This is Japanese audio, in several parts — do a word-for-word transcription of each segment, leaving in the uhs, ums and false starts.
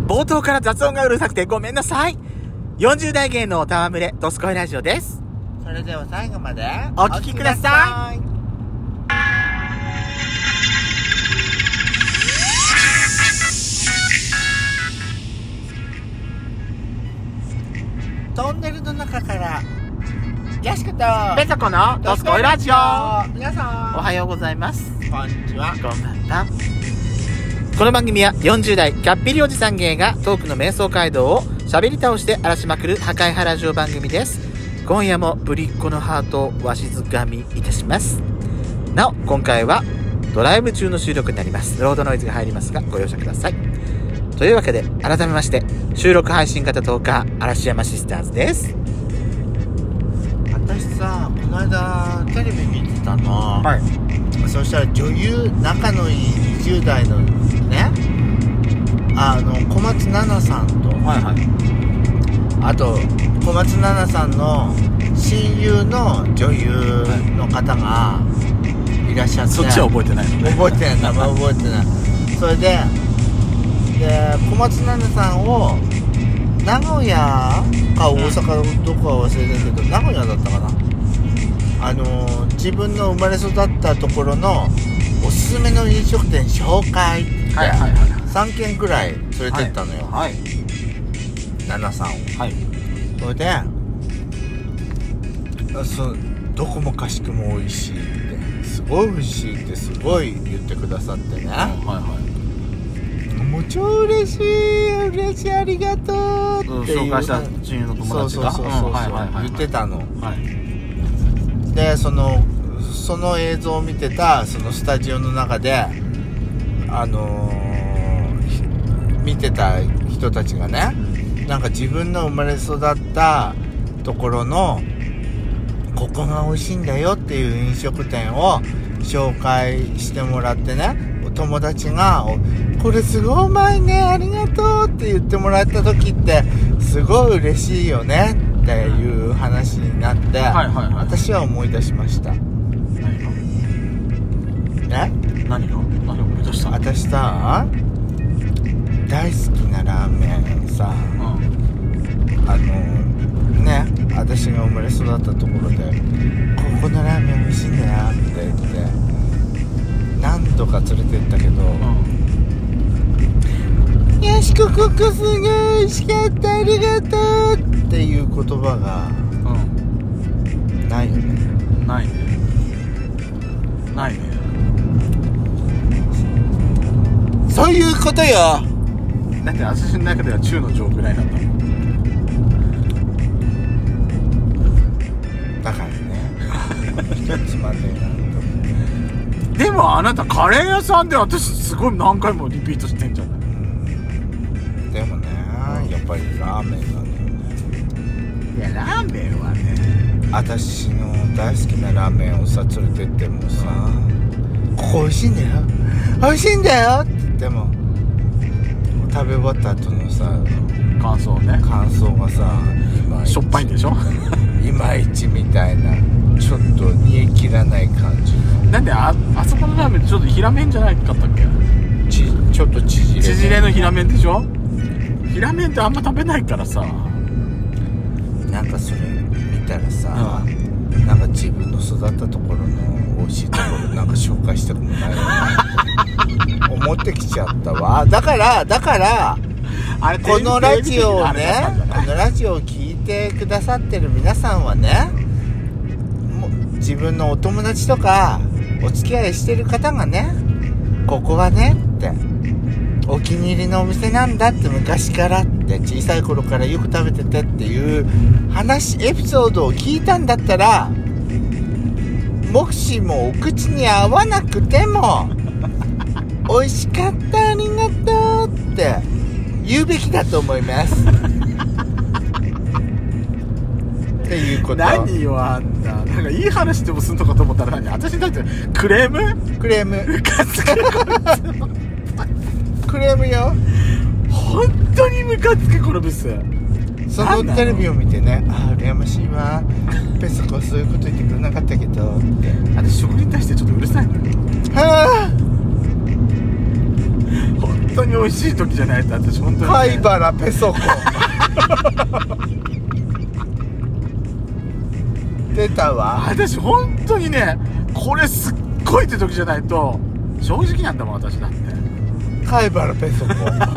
冒頭から雑音がうるさくてごめんなさい。よんじゅう代芸能たわむれドスコイラジオです。 それでは最後までお聞きください。 トンネルの中からヤシコとペソコのドスコイラジオ。 皆さんおはようございます。 こんにちは。 こんばんは。この番組はよんじゅう代キャッピリおじさん芸がトークの瞑想街道を喋り倒して荒らしまくる破壊派ラジオ番組です。今夜もぶりっ子のハートをわしづかみいたします。なお今回はドライブ中の収録になります。ロードノイズが入りますがご容赦ください。というわけで改めまして収録配信型トーカー嵐山シスターズです。 私さ、この間テレビ見てたの、 はい、 そしたら女優、仲のいいにじゅう代のね、あの小松菜奈さんと、 はいはい、 あと小松菜奈さんの親友の女優の方がいらっしゃって、 そっちは覚えてないのね。 覚えてない、名前覚えてないそれでで小松菜奈さんを名古屋か大阪どこか忘れてるけど、名古屋だったかな、あのー、自分の生まれ育ったところのおすすめの飲食店紹介ってさんけんくらい連れてったのよ、 はいはい、 奈々さんを、 はい、 それでそどこもかしくも美味しいってすごい美味しいってすごい言ってくださってね、はいはい、もう超嬉しい嬉しいありがとうっていう紹介した親友の友達がそうそうそうそう、うんはいはいはいはい、言ってたの、はい、でそのその映像を見てたそのスタジオの中であのー、見てた人たちがね、なんか自分の生まれ育ったところのここが美味しいんだよっていう飲食店を紹介してもらってね、友達がこれすごいうまいねありがとうって言ってもらった時ってすごい嬉しいよねっていう話になって、はいはいはい、私は思い出しました。 何がね何が何を思い出したの？ 私さ大好きなラーメンさ、うん、あのね私が生まれ育ったところでここのラーメン美味しいんだよって言って何度か連れて行ったけど、うん、よしこここすごい美味しかったありがとうっていう言葉が、うん、ないよね。 ないねないね。 そういうことよ。 だって私の中では中の上ぐらいだったもん。 だからね一つまでな。 でもあなたカレー屋さんで私すごい何回もリピートしてんじゃない。 でもねやっぱりラーメンなんだよね。 いやラーメンはね私の大好きなラーメンをさ連れてってもさ、ここ美味しいんだよ美味しいんだよって言っても食べ終わった後のさ感想ね感想がさしょっぱいんでしょいまいちみたいなちょっと煮え切らない感じの。 なんで あ, あそこのラーメンちょっと平麺じゃないかったっけ。 ちちょっと縮れ縮れの平麺でしょ。平麺ってあんま食べないからさ、 なんかそれ見たらさ、うん、なんか自分の育ったところの美味しいところなんか紹介したくもないよね思ってきちゃったわ。だからだからあれこのラジオをねこのラジオを聞いてくださってる皆さんはね、もう自分のお友達とかお付き合いしてる方がね、ここはねってお気に入りのお店なんだって昔からって小さい頃からよく食べててっていう話エピソードを聞いたんだったら、もしもお口に合わなくても美味しかったありがとうって言うべきだと思いますっていうこと。 何よあんた、なんかいい話でもすんのかと思ったら何、私に対してクレームクレームムカつくクレームよ。 本当にムカつくこのブス。 そのテレビを見てね、あー羨ましいわペソコそういうこと言ってくれなかったけどって私食に対してちょっとうるさいのよ。 は本当に美味しい時じゃないと私本当に、ね、 貝原ペソコ出たわ。 私本当にねこれすっごいって時じゃないと正直なんだもん私だって。 貝原ペソコ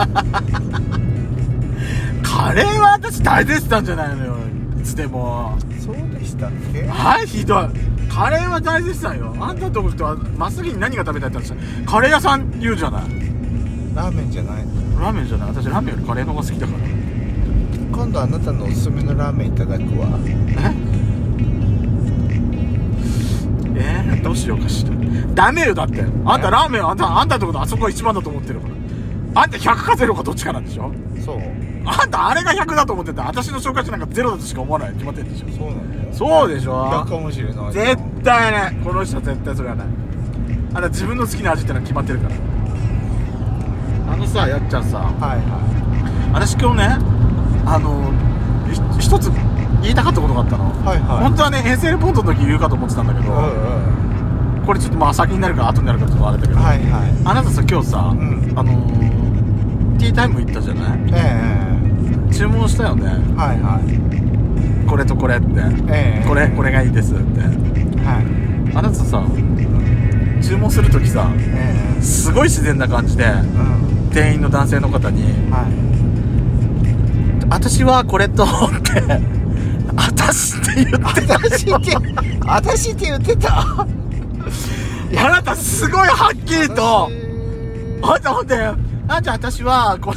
カレーは私大絶賛じゃないのよいつでも。 そうでしたっけ。 はいひどい。カレーは大絶賛よ。あんたのとこ人はまっすぐに何が食べたいって言ったらカレー屋さん言うじゃない。 ラーメンじゃない。 ラーメンじゃない。私ラーメンよりカレーの方が好きだから。 今度あなたのおすすめのラーメンいただくわ。 ええー、どうしようかしら。ダメよだってあんたラーメンあんたあんたのところあそこが一番だと思ってるから。あんたひゃくかゼロかどっちかなんでしょ。 そう。 あんたあれがひゃくだと思ってた。私の紹介値なんかゼロだとしか思わない決まってるでしょ。 そうなの。 そうでしょ。 ひゃくかもしれない。 絶対ねこの人は絶対それはない。あんた自分の好きな味ってのは決まってるから。あのさやっちゃんさ、 はいは私今日ねあの一つ言いたかったことがあったの。 はいはい。 本当はね遠征レポートの時言うかと思ってたんだけど、 うんうん、 これちょっとまあ先になるか後になるかちょっとあれだけど、 はいはい。 あなたさ今日さ、 うん、 あのー、ティータイム行ったじゃない。 ええ注文したよね。 はいはい。 これとこれって、ええ、これこれがいいですって。はい。あなたさ注文する時さ、ええ、すごい自然な感じで、うん、店員の男性の方に、はい、私はこれとって私って言ってた。 私って私って言ってた。 あなたすごいはっきりとあんたほんであんた私はこの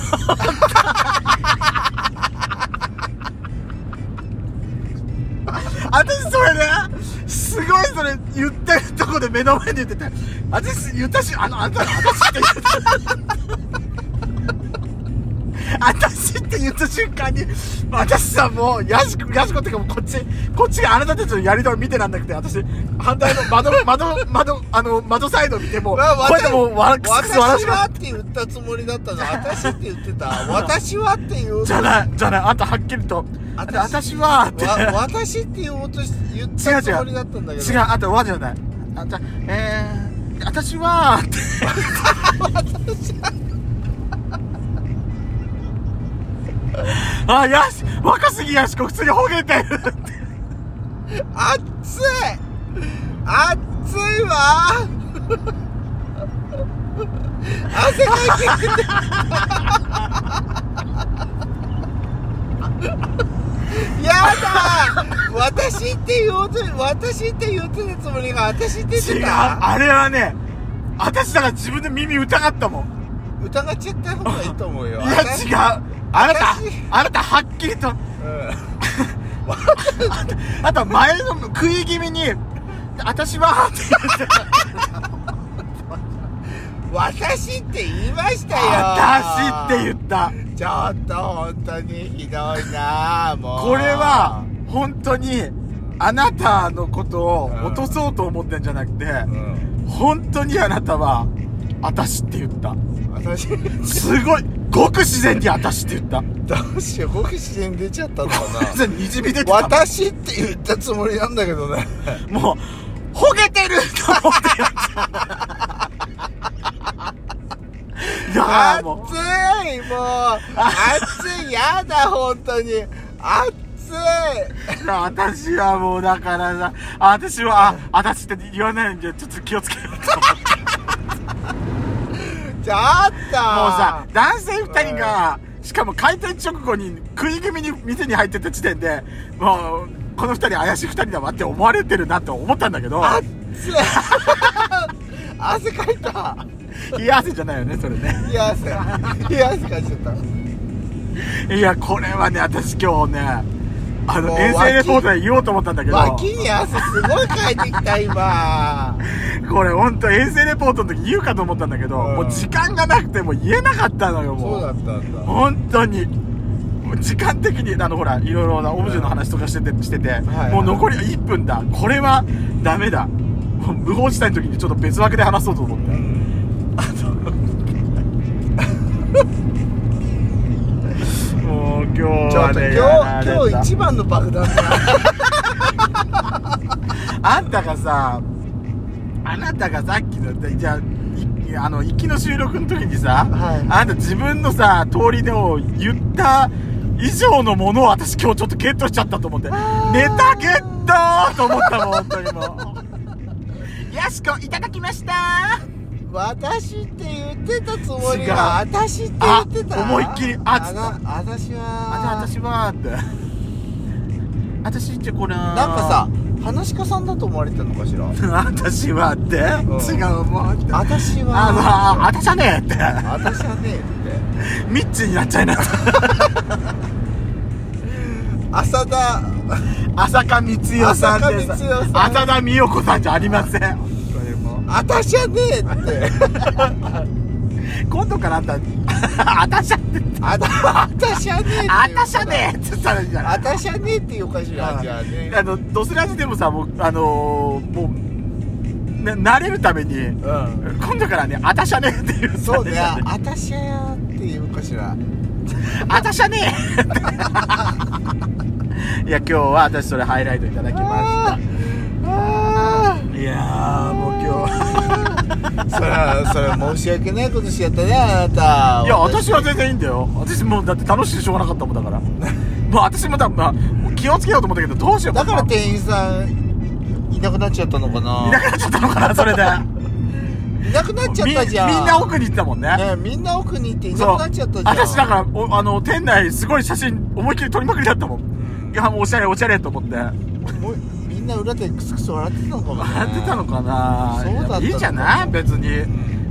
私それねすごいそれ言ってるとこで目の前に言ってて私言ったしあのあんた私って言って私って言った瞬間に私さもうヤシコヤシコってかもうこっちこっちがあなたたちのやり取り見てなんなくて私反対の窓窓窓あの窓サイド見てもうこうやってもう笑くすくす笑私はって言ったつもりだったの。私って言ってた。私はって言うじゃないじゃないあんたはっきりと私はって私って言おうとし言ったつもりだったんだけど。 違う違うあんたわじゃないあんたえー私はって私はあ、やし若すぎやしこ普通にほげてるって熱い熱いわ汗かいてるやだ私って言おうと私って言ってたつもりが私って言ってた。違うあれはね私だから自分で耳疑ったもん。 疑っちゃった方がいいと思うよ。 いや違うあなたあなたはっきりと、うん、あ, あと前の食い気味に私はって言ってた私って言いましたよ。 私って言った。 ちょっと本当にひどいなもう。 これは本当にあなたのことを落とそうと思ってんじゃなくて、うん、本当にあなたは私って言った。 私すごいごく自然に私って言った。 どうしようごく自然に出ちゃったのかなにじみ出てた。 私って言ったつもりなんだけどねもうほげてると思ってやったいや熱いもう熱いやだ本当に熱い私はもうだからさ私はあ私って言わないんでちょっと気をつけようと思ってちょっともうさ男性ふたりがしかも開店直後に食い気味に店に入ってた時点でもうこのふたり怪しいふたりだわって思われてるなと思ったんだけど熱い汗かいた。 冷や汗じゃないよねそれね。 冷や汗冷や汗かいちゃった。 いやこれはね私今日ねあの遠征レポートで言おうと思ったんだけど脇に汗すごいかいてきた今これほんと遠征レポートの時言うかと思ったんだけど、うん、もう時間がなくてもう言えなかったのよもう。 そうだったんだ本当にもう時間的にあのほらいろいろなオブジェの話とかしててしてて、はいはい、もう残りいっぷんだこれはダメだもう無法地帯の時にちょっと別枠で話そうと思って、うん、あともう今日はね今日今日一番の爆弾だあんたがさあなたがさっきのじゃああの行きの収録の時にさ、 はい、 あんた自分のさ通りでも言った以上のものを私今日ちょっとゲットしちゃったと思ってネタゲットと思ったもん本当にもうやしこいただきました。 私って言ってたつもり違うが私って言ってた。 思いっきりあっつった。 あ私はあ私はって私ってこれなんかさ話し家さんだと思われてるのかしら私はって、うん、違うもんって私はあの私はねって私はねってミッチになっちゃいな浅田浅香光代さんです。浅田美代子さんじゃありません。 あたしゃねえって今度からあんたあたしゃねえってあたしゃねえあたしゃねえって言ったらいいじゃない。 あたしゃねえっていうかしら。じゃあねあのドスラジでもさもうあのー、もうな慣れるために、うん、今度からねあたしゃねえっていうそうねあたしゃっていうかしらあたしゃねえいや今日は私それハイライトいただきました。いやーもう今日それはそれは申し訳ないことしちゃったねあなた。 いや私は全然いいんだよ。私もうだって楽しくてしょうがなかったもんだからもう私も多分、まあ、気をつけようと思ったけどどうしよう。 だから店員さんいなくなっちゃったのかな。 いなくなっちゃったのかなそれでいなくなっちゃったじゃん。 み, みんな奥に行ったもん ね, ねみんな奥に行っていなくなっちゃったじゃん。 私だからおあの店内すごい写真思いっきり撮りまくりだったもん、うん、いやもうおしゃれおしゃれと思ってみんな裏でクスクス笑ってたのかもね。 笑ってたのかな。 そうだったのかいいじゃない別に、うん、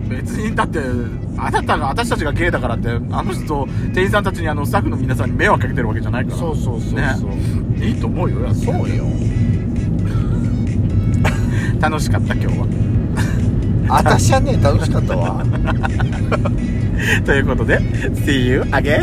別にだってあなたが私たちがゲイだからってあの人店員さんたちにあのスタッフの皆さんに迷惑かけてるわけじゃないから。 そうそうそうそう、ね、 いいと思うよ。やそうよ楽しかった今日は私はね楽しかったわということで See you again